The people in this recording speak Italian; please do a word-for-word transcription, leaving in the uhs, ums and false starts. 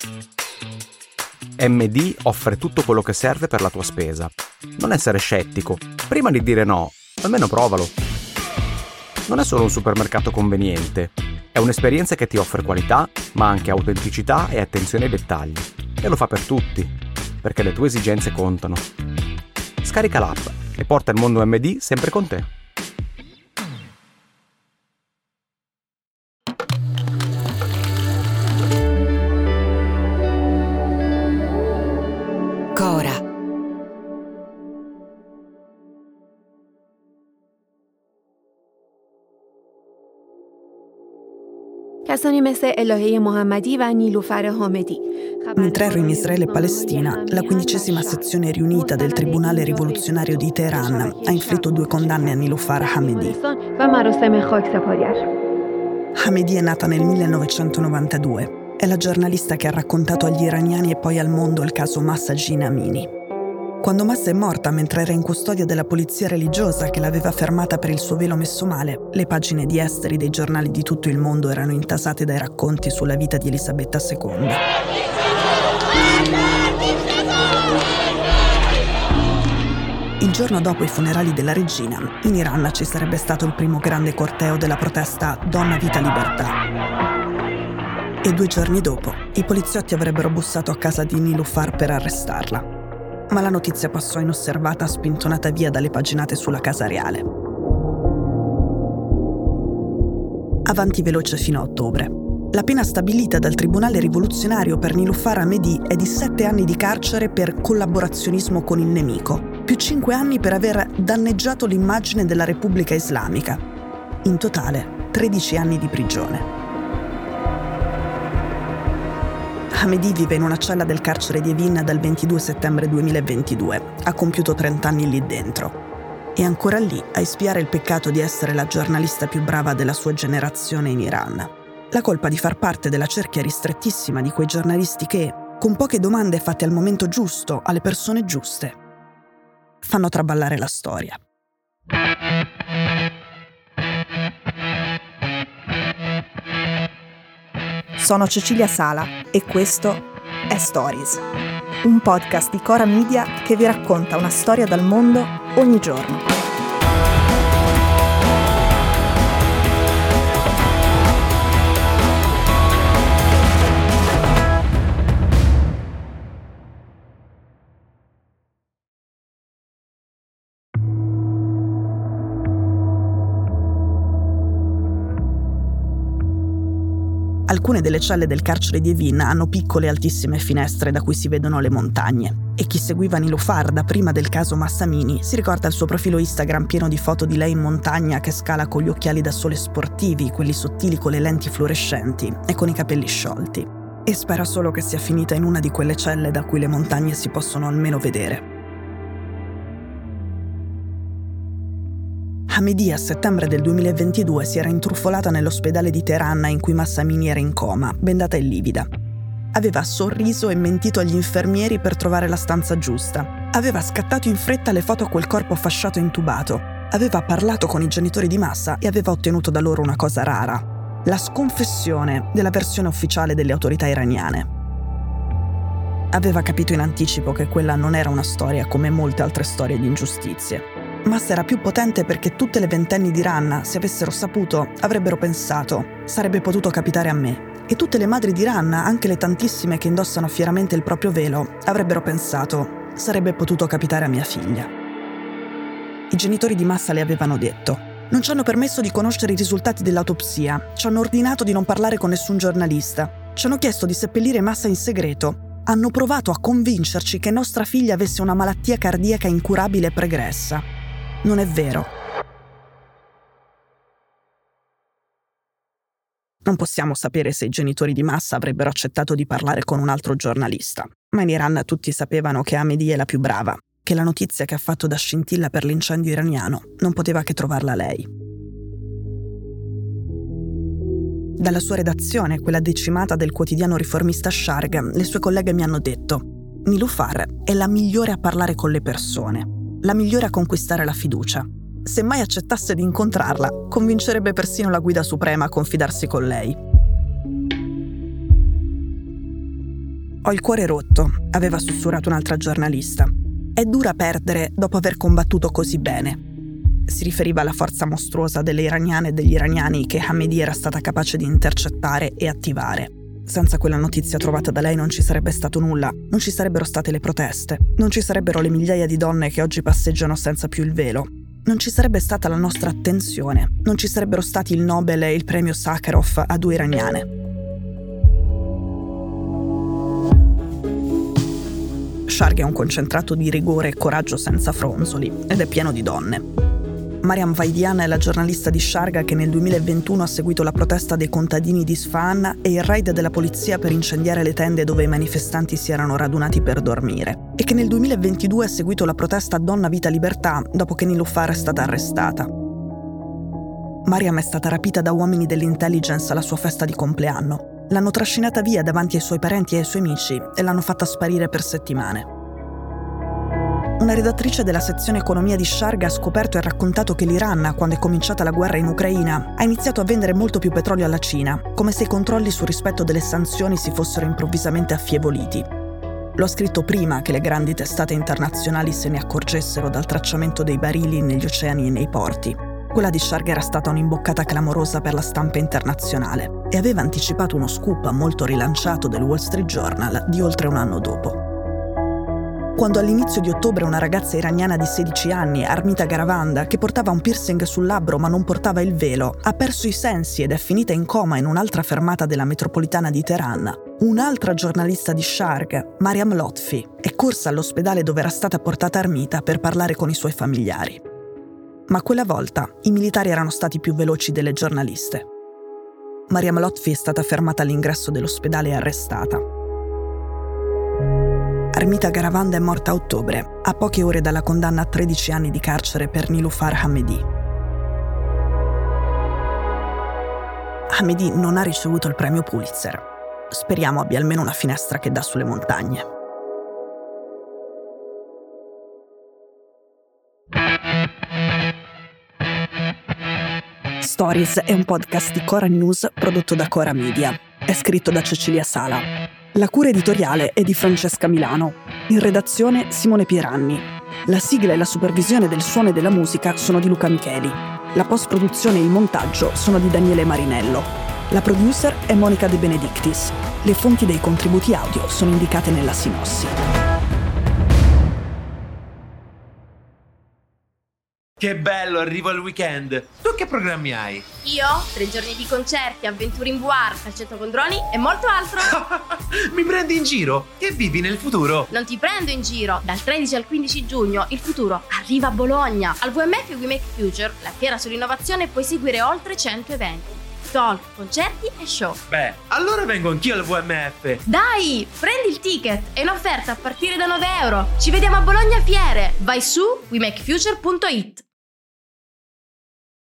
M D offre tutto quello che serve per la tua spesa. Non essere scettico. Prima di dire no, almeno provalo. Non è solo un supermercato conveniente. È un'esperienza che ti offre qualità, ma anche autenticità e attenzione ai dettagli. E lo fa per tutti, perché le tue esigenze contano. Scarica l'app e porta il mondo M D sempre con te. Cora. کسانی مثل الهه محمدی و نیلوفر حامدی. Mentre ero in Israele e Palestina, la quindicesima sezione riunita del Tribunale rivoluzionario di Teheran ha inflitto due condanne a Niloufar Hamedi. Hamedi è nata nel millenovecentonovantadue. È la giornalista che ha raccontato agli iraniani e poi al mondo il caso Mahsa Amini. Quando Mahsa è morta mentre era in custodia della polizia religiosa che l'aveva fermata per il suo velo messo male, le pagine di esteri dei giornali di tutto il mondo erano intasate dai racconti sulla vita di Elisabetta seconda. Il giorno dopo i funerali della regina, in Iran ci sarebbe stato il primo grande corteo della protesta Donna, Vita, Libertà. E due giorni dopo, i poliziotti avrebbero bussato a casa di Niloufar per arrestarla. Ma la notizia passò inosservata, spintonata via dalle paginate sulla Casa Reale. Avanti veloce fino a ottobre. La pena stabilita dal Tribunale rivoluzionario per Niloufar Hamedi è di sette anni di carcere per collaborazionismo con il nemico, più cinque anni per aver danneggiato l'immagine della Repubblica Islamica. In totale, tredici anni di prigione. Hamedi vive in una cella del carcere di Evin dal ventidue settembre duemilaventidue. Ha compiuto trenta anni lì dentro. È ancora lì a espiare il peccato di essere la giornalista più brava della sua generazione in Iran. La colpa di far parte della cerchia ristrettissima di quei giornalisti che, con poche domande fatte al momento giusto, alle persone giuste, fanno traballare la storia. Sono Cecilia Sala e questo è Stories, un podcast di Cora Media che vi racconta una storia dal mondo ogni giorno. Alcune delle celle del carcere di Evin hanno piccole e altissime finestre da cui si vedono le montagne. E chi seguiva Niloufar da prima del caso Mahsa Amini si ricorda il suo profilo Instagram pieno di foto di lei in montagna che scala con gli occhiali da sole sportivi, quelli sottili con le lenti fluorescenti e con i capelli sciolti. E spera solo che sia finita in una di quelle celle da cui le montagne si possono almeno vedere. Hamedi a settembre del duemilaventidue si era intrufolata nell'ospedale di Teheran in cui Mahsa Amini era in coma, bendata e livida. Aveva sorriso e mentito agli infermieri per trovare la stanza giusta. Aveva scattato in fretta le foto a quel corpo fasciato e intubato. Aveva parlato con i genitori di Mahsa e aveva ottenuto da loro una cosa rara: la sconfessione della versione ufficiale delle autorità iraniane. Aveva capito in anticipo che quella non era una storia come molte altre storie di ingiustizie. Mahsa era più potente perché tutte le ventenni di Iran, se avessero saputo, avrebbero pensato «sarebbe potuto capitare a me». E tutte le madri di Iran, anche le tantissime che indossano fieramente il proprio velo, avrebbero pensato «sarebbe potuto capitare a mia figlia». I genitori di Mahsa le avevano detto «non ci hanno permesso di conoscere i risultati dell'autopsia, ci hanno ordinato di non parlare con nessun giornalista, ci hanno chiesto di seppellire Mahsa in segreto, hanno provato a convincerci che nostra figlia avesse una malattia cardiaca incurabile e pregressa». Non è vero. Non possiamo sapere se i genitori di Mahsa avrebbero accettato di parlare con un altro giornalista, ma in Iran tutti sapevano che Hamedi è la più brava, che la notizia che ha fatto da scintilla per l'incendio iraniano non poteva che trovarla lei. Dalla sua redazione, quella decimata del quotidiano riformista Shargh, le sue colleghe mi hanno detto: Niloufar è la migliore a parlare con le persone, la migliore a conquistare la fiducia. Se mai accettasse di incontrarla, convincerebbe persino la guida suprema a confidarsi con lei. Ho il cuore rotto, aveva sussurrato un'altra giornalista. È dura perdere dopo aver combattuto così bene. Si riferiva alla forza mostruosa delle iraniane e degli iraniani che Hamedi era stata capace di intercettare e attivare. Senza quella notizia trovata da lei non ci sarebbe stato nulla, non ci sarebbero state le proteste, non ci sarebbero le migliaia di donne che oggi passeggiano senza più il velo, non ci sarebbe stata la nostra attenzione, non ci sarebbero stati il Nobel e il premio Sakharov a due iraniane. Shargh è un concentrato di rigore e coraggio senza fronzoli ed è pieno di donne. Mariam Vaidian è la giornalista di Shargh che nel duemilaventuno ha seguito la protesta dei contadini di Isfahan e il raid della polizia per incendiare le tende dove i manifestanti si erano radunati per dormire, e che nel duemilaventidue ha seguito la protesta Donna Vita Libertà dopo che Niloufar è stata arrestata. Mariam è stata rapita da uomini dell'intelligence alla sua festa di compleanno. L'hanno trascinata via davanti ai suoi parenti e ai suoi amici e l'hanno fatta sparire per settimane. Una redattrice della sezione economia di Shargh ha scoperto e raccontato che l'Iran, quando è cominciata la guerra in Ucraina, ha iniziato a vendere molto più petrolio alla Cina, come se i controlli sul rispetto delle sanzioni si fossero improvvisamente affievoliti. Lo ha scritto prima che le grandi testate internazionali se ne accorgessero dal tracciamento dei barili negli oceani e nei porti. Quella di Shargh era stata un'imboccata clamorosa per la stampa internazionale e aveva anticipato uno scoop molto rilanciato del Wall Street Journal di oltre un anno dopo. Quando all'inizio di ottobre una ragazza iraniana di sedici anni, Armita Garavanda, che portava un piercing sul labbro ma non portava il velo, ha perso i sensi ed è finita in coma in un'altra fermata della metropolitana di Teheran, un'altra giornalista di Shargh, Mariam Lotfi, è corsa all'ospedale dove era stata portata Armita per parlare con i suoi familiari. Ma quella volta i militari erano stati più veloci delle giornaliste. Mariam Lotfi è stata fermata all'ingresso dell'ospedale e arrestata. Armita Garavanda è morta a ottobre, a poche ore dalla condanna a tredici anni di carcere per Niloufar Hamedi. Hamedi non ha ricevuto il premio Pulitzer. Speriamo abbia almeno una finestra che dà sulle montagne. Stories è un podcast di Cora News prodotto da Cora Media. È scritto da Cecilia Sala. La cura editoriale è di Francesca Milano. In redazione Simone Pieranni. La sigla e la supervisione del suono e della musica sono di Luca Micheli. La post-produzione e il montaggio sono di Daniele Marinello. La producer è Monica De Benedictis. Le fonti dei contributi audio sono indicate nella sinossi. Che bello, arrivo al weekend. Tu che programmi hai? Io? Tre giorni di concerti, avventure in V R, calcetto con droni e molto altro. Mi prendi in giro? Che vivi nel futuro? Non ti prendo in giro. Dal tredici al quindici giugno il futuro arriva a Bologna. Al V M F We Make Future, la fiera sull'innovazione, puoi seguire oltre cento eventi. Talk, concerti e show. Beh, allora vengo anch'io al V M F. Dai, prendi il ticket. È un'offerta a partire da nove euro. Ci vediamo a Bologna Fiere. Vai su we make future punto it.